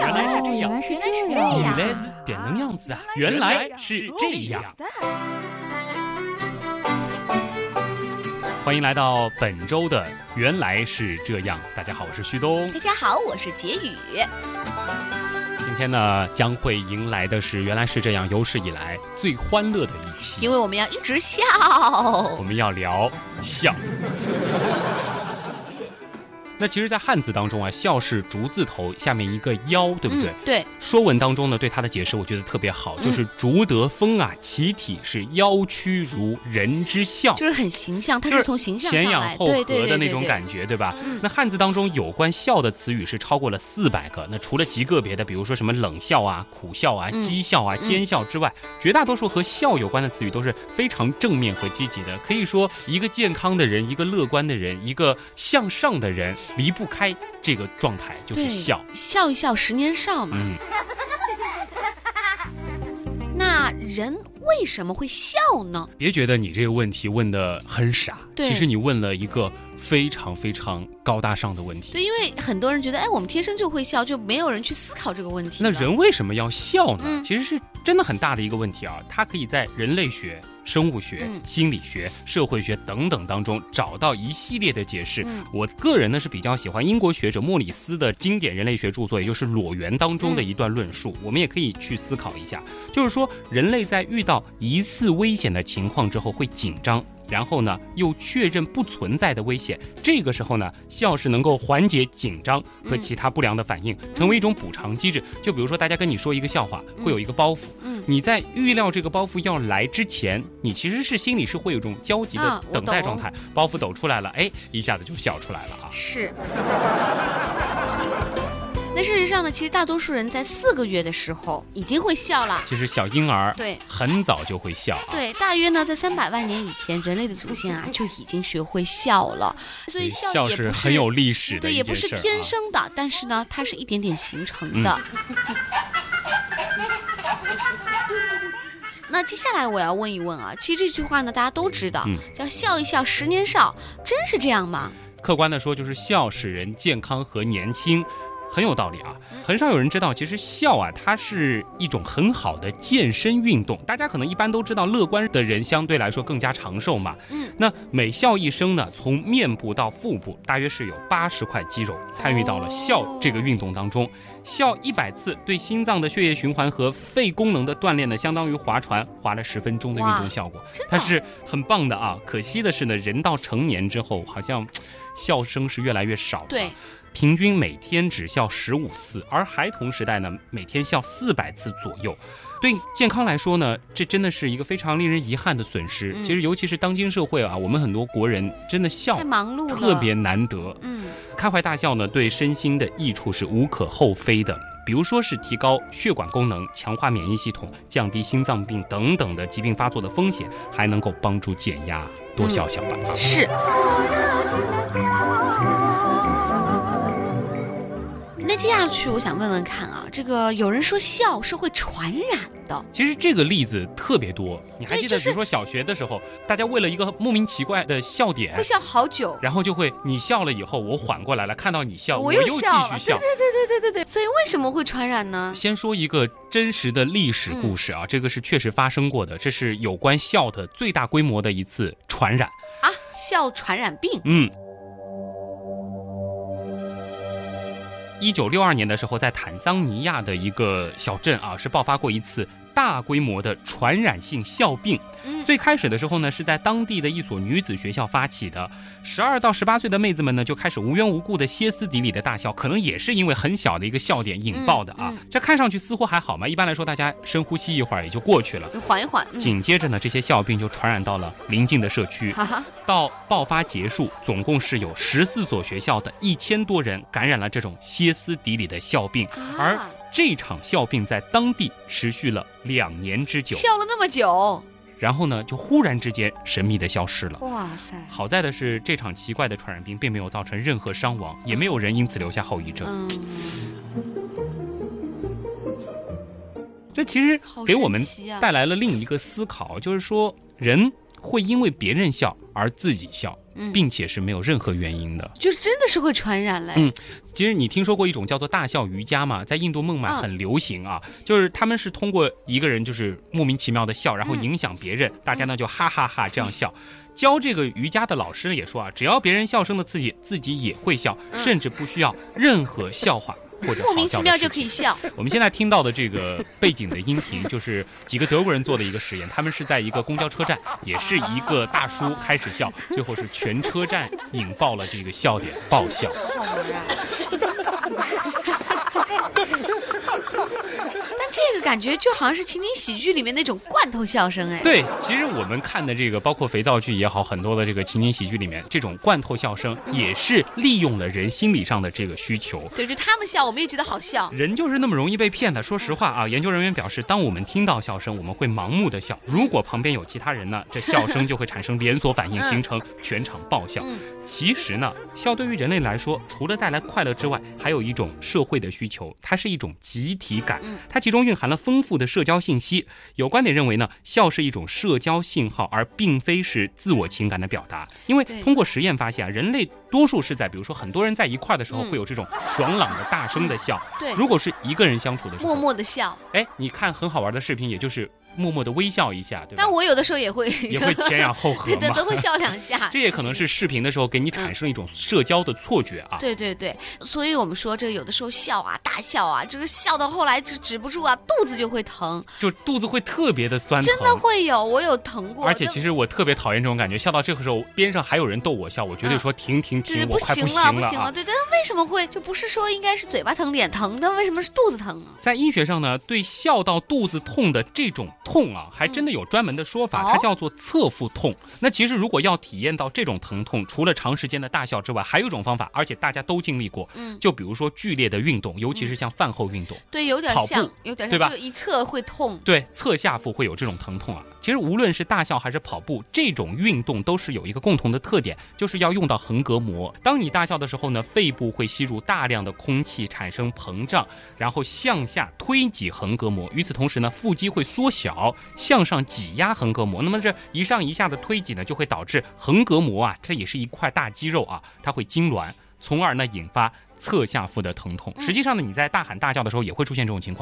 原来是这样， 原来是这样， 原来是这样子啊，原来是这样。欢迎来到本周的原来是这样。大家好，我是旭东。 大家好，我是杰宇。 今天呢，将会迎来的是原来是这样有史以来最欢乐的一期， 因为我们要一直笑， 我们要聊笑。那其实在汉字当中啊，笑是竹字头下面一个腰，对不对？ 对。 说文当中呢，对它的解释我觉得特别好，就是竹得风啊，其体是腰曲如人之笑， 就是很形象，它是从形象上来前仰后合的那种感觉，对吧？那汉字当中有关笑的词语是超过了400个，那除了极个别的，比如说什么冷笑啊、苦笑啊、讥笑啊、奸笑之外，绝大多数和笑有关的词语都是非常正面和积极的。可以说，一个健康的人，一个乐观的人，一个向上的人，离不开这个状态，就是笑。 笑一笑10年少嘛。那人为什么会笑呢？ 别觉得你这个问题问得很傻，其实你问了一个非常非常高大上的问题。 对，因为很多人觉得，我们天生就会笑，就没有人去思考这个问题。 那人为什么要笑呢？其实是真的很大的一个问题啊！它可以在人类学、生物学、心理学、社会学等等当中找到一系列的解释。我个人呢是比较喜欢英国学者莫里斯的经典人类学著作，也就是《裸猿》当中的一段论述。我们也可以去思考一下，就是说人类在遇到疑似危险的情况之后会紧张，然后呢又确认不存在的危险，这个时候呢笑是能够缓解紧张和其他不良的反应，成为一种补偿机制。就比如说大家跟你说一个笑话，会有一个包袱，你在预料这个包袱要来之前，你其实是心里是会有一种焦急的等待状态，包袱抖出来了，一下子就笑出来了啊。 是。那事实上呢，其实大多数人在4个月的时候已经会笑了。 其实小婴儿对很早就会笑对，大约呢在300万年以前，人类的祖先就已经学会笑了。所以笑也不是很有历史的对，也不是天生的，但是呢，它是一点点形成的。那接下来我要问一问啊，其实这句话呢大家都知道，叫笑一笑10年少，真是这样吗？ 客观的说，就是笑使人健康和年轻。很有道理啊，很少有人知道，其实笑啊，它是一种很好的健身运动。大家可能一般都知道，乐观的人相对来说更加长寿嘛。那每笑一声呢，从面部到腹部，大约是有80块肌肉参与到了笑这个运动当中。笑100次，对心脏的血液循环和肺功能的锻炼呢，相当于划船划了10分钟的运动效果，它是很棒的啊。可惜的是呢，人到成年之后，好像笑声是越来越少了。 对。 平均每天只笑15次，而孩童时代呢，每天笑400次左右。对健康来说呢，这真的是一个非常令人遗憾的损失。其实尤其是当今社会啊，我们很多国人真的笑太忙碌了， 特别难得。开怀大笑呢，对身心的益处是无可厚非的。比如说是提高血管功能、强化免疫系统、降低心脏病等等的疾病发作的风险，还能够帮助减压。多笑笑吧。 是。那接下去我想问问看啊，这个有人说笑是会传染的， 其实这个例子特别多。你还记得，比如说小学的时候，大家为了一个莫名奇怪的笑点会笑好久， 然后就会你笑了以后，我缓过来了，看到你笑， 我又继续笑。 对，所以为什么会传染呢？ 先说一个真实的历史故事啊，这个是确实发生过的，这是有关笑的最大规模的一次传染啊，笑传染病。 1962年的时候，在坦桑尼亚的一个小镇啊，是爆发过一次大规模的传染性笑病。最开始的时候呢，是在当地的一所女子学校发起的。12到18岁的妹子们呢，就开始无缘无故的歇斯底里的大笑，可能也是因为很小的一个笑点引爆的啊。这看上去似乎还好嘛，一般来说大家深呼吸一会儿也就过去了， 缓一缓。 紧接着呢，这些笑病就传染到了邻近的社区。到爆发结束，总共是有14所学校的1000多人感染了这种歇斯底里的笑病，而这场笑病在当地持续了2年之久， 笑了那么久， 然后呢，就忽然之间神秘的消失了。 哇塞！ 好在的是，这场奇怪的传染病并没有造成任何伤亡，也没有人因此留下后遗症。这其实给我们带来了另一个思考，就是说人会因为别人笑而而自己笑，并且是没有任何原因的， 就真的是会传染嘞。 其实你听说过一种叫做大笑瑜伽吗？在印度孟买很流行啊，就是他们是通过一个人就是莫名其妙的笑，然后影响别人，大家呢就哈哈哈这样笑。教这个瑜伽的老师也说啊，只要别人笑声的刺激，自己也会笑，甚至不需要任何笑话或者莫名其妙就可以笑。 我们现在听到的这个背景的音频，就是几个德国人做的一个实验，他们是在一个公交车站，也是一个大叔开始笑，最后是全车站引爆了这个笑点，爆笑。 好玩啊！但这个感觉就好像是情景喜剧里面那种罐头笑声哎。 对，其实我们看的这个包括肥皂剧也好，很多的这个情景喜剧里面，这种罐头笑声也是利用了人心理上的这个需求。 对，就他们笑，我们也觉得好笑。 人就是那么容易被骗的。说实话啊，研究人员表示，当我们听到笑声，我们会盲目的笑。如果旁边有其他人呢，这笑声就会产生连锁反应，形成全场爆笑。其实呢，笑对于人类来说，除了带来快乐之外，还有一种社会的需求，它是一种集体感，它其中蕴含了丰富的社交信息。有观点认为呢，笑是一种社交信号，而并非是自我情感的表达。因为通过实验发现啊，人类多数是在比如说很多人在一块的时候，会有这种爽朗的大声的笑。 对， 如果是一个人相处的时候， 默默的笑。 哎，你看很好玩的视频，也就是默默的微笑一下，对吧？ 但我有的时候也会前仰后合嘛， 都会笑两下。 这也可能是视频的时候给你产生了一种社交的错觉啊。 对对对，所以我们说这个有的时候笑啊，大笑啊，这个笑到后来就止不住啊，肚子就会疼， 就肚子会特别的酸疼。 真的会有，我有疼过。 而且其实我特别讨厌这种感觉，笑到这个时候边上还有人逗我笑，我绝对说停，我快不行了。 对，但为什么会就不是说应该是嘴巴疼脸疼，但为什么是肚子疼呢？ 在医学上呢，对笑到肚子痛的这种痛啊，还真的有专门的说法，它叫做侧腹痛。那其实如果要体验到这种疼痛，除了长时间的大笑之外，还有一种方法，而且大家都经历过，就比如说剧烈的运动，尤其是像饭后运动， 对，有点像， 对吧？ 就一侧会痛， 对，侧下腹会有这种疼痛啊。其实无论是大笑还是跑步，这种运动都是有一个共同的特点，就是要用到横膈膜。当你大笑的时候呢，肺部会吸入大量的空气，产生膨胀，然后向下推挤横膈膜。与此同时呢，腹肌会缩小，向上挤压横膈膜。那么这一上一下的推挤呢，就会导致横膈膜啊，这也是一块大肌肉啊，它会痉挛，从而呢引发侧下腹的疼痛。实际上呢，你在大喊大叫的时候也会出现这种情况。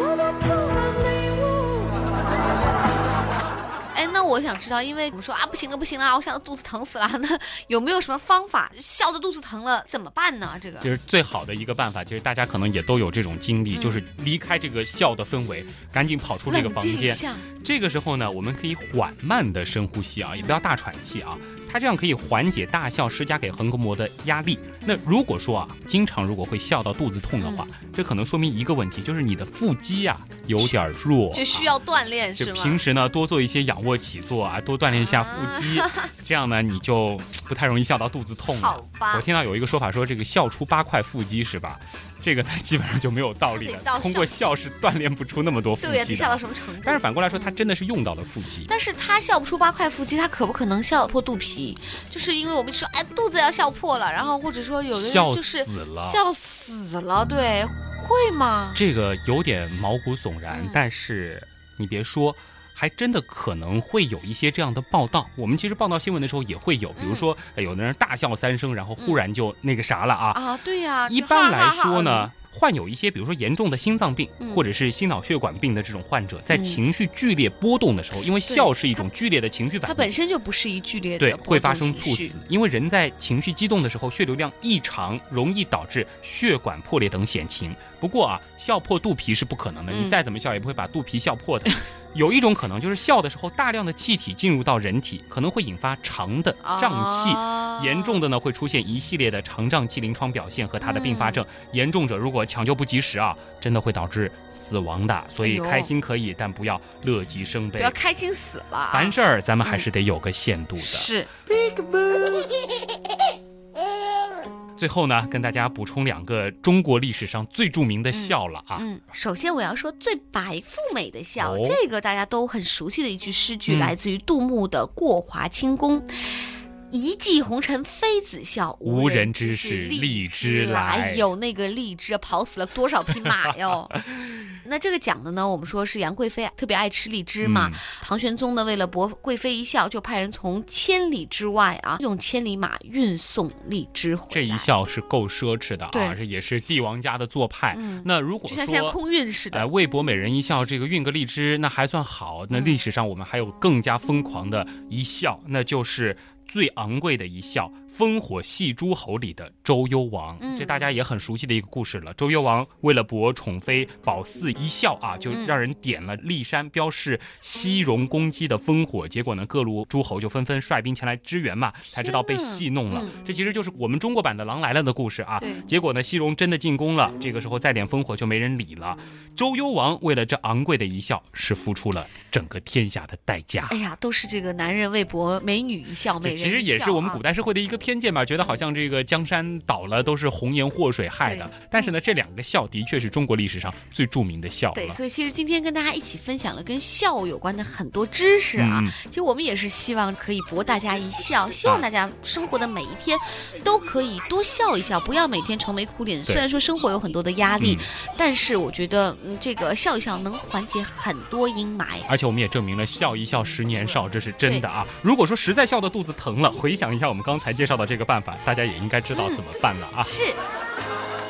那我想知道，因为我们说啊，不行了，我想到肚子疼死了，那有没有什么方法笑的肚子疼了怎么办呢？这个就是最好的一个办法，就是大家可能也都有这种经历，就是离开这个笑的氛围，赶紧跑出这个房间。这个时候呢，我们可以缓慢的深呼吸啊，也不要大喘气啊，它这样可以缓解大笑施加给横膈膜的压力。那如果说啊，经常如果会笑到肚子痛的话，这可能说明一个问题，就是你的腹肌啊有点弱， 就需要锻炼，是吗？ 就平时呢多做一些仰卧起坐啊，多锻炼一下腹肌，这样呢你就不太容易笑到肚子痛了。 好吧， 我听到有一个说法说，这个笑出8块腹肌是吧？这个呢基本上就没有道理了，通过笑是锻炼不出那么多腹肌的。 对，笑到什么程度？ 但是反过来说，他真的是用到了腹肌。 但是他笑不出8块腹肌，他可不可能笑破肚皮？就是因为我们说，哎，肚子要笑破了，然后或者说有的人就是笑死了，对，会吗？ 这个有点毛骨悚然，但是你别说。还真的可能会有一些这样的报道，我们其实报道新闻的时候也会有，比如说有的人大笑3声，然后忽然就那个啥了啊。 对呀， 一般来说呢，患有一些比如说严重的心脏病或者是心脑血管病的这种患者，在情绪剧烈波动的时候，因为笑是一种剧烈的情绪反应， 它本身就不是一剧烈的， 对，会发生猝死。因为人在情绪激动的时候，血流量异常，容易导致血管破裂等险情。不过啊，笑破肚皮是不可能的，你再怎么笑也不会把肚皮笑破的。有一种可能就是笑的时候大量的气体进入到人体，可能会引发肠的胀气，严重的呢会出现一系列的肠胀气临床表现和它的并发症，严重者如果抢救不及时啊，真的会导致死亡的。所以开心可以，但不要乐极生悲， 不要开心死了。 凡事儿咱们还是得有个限度的。 是。 最后呢，跟大家补充2个中国历史上最著名的笑了啊。 首先我要说最白富美的笑，这个大家都很熟悉的一句诗句，来自于杜牧的《过华清宫》。一骑红尘妃子笑， 无人知是荔枝来。 有那个荔枝跑死了多少匹马哟。 那这个讲的呢，我们说是杨贵妃特别爱吃荔枝嘛，唐玄宗呢为了博贵妃一笑，就派人从千里之外啊，用千里马运送荔枝回来。 这一笑是够奢侈的啊，这也是帝王家的做派。那如果说就像现在空运似的， 为博美人一笑，这个运个荔枝那还算好。那历史上我们还有更加疯狂的一笑，那就是最昂贵的一笑，烽火戏诸侯里的周幽王。这大家也很熟悉的一个故事了。周幽王为了博宠妃褒姒一笑啊，就让人点了骊山标示西戎攻击的烽火，结果呢各路诸侯就纷纷率兵前来支援嘛，才知道被戏弄了。这其实就是我们中国版的狼来了的故事啊。结果呢西戎真的进攻了，这个时候再点烽火就没人理了。周幽王为了这昂贵的一笑，是付出了整个天下的代价。 哎呀，都是这个男人为博美女一笑，美人一笑， 其实也是我们古代社会的一个偏见吧，觉得好像这个江山倒了都是红颜祸水害的。但是呢，这两个笑的确是中国历史上最著名的笑了。 对，所以其实今天跟大家一起分享了跟笑有关的很多知识啊。其实我们也是希望可以博大家一笑，希望大家生活的每一天都可以多笑一笑，不要每天愁眉苦脸。虽然说生活有很多的压力，但是我觉得这个笑一笑能缓解很多阴霾。 而且我们也证明了笑一笑10年少，这是真的啊。如果说实在笑得肚子疼了，回想一下我们刚才介绍的这个办法，大家也应该知道怎么办了啊。 是。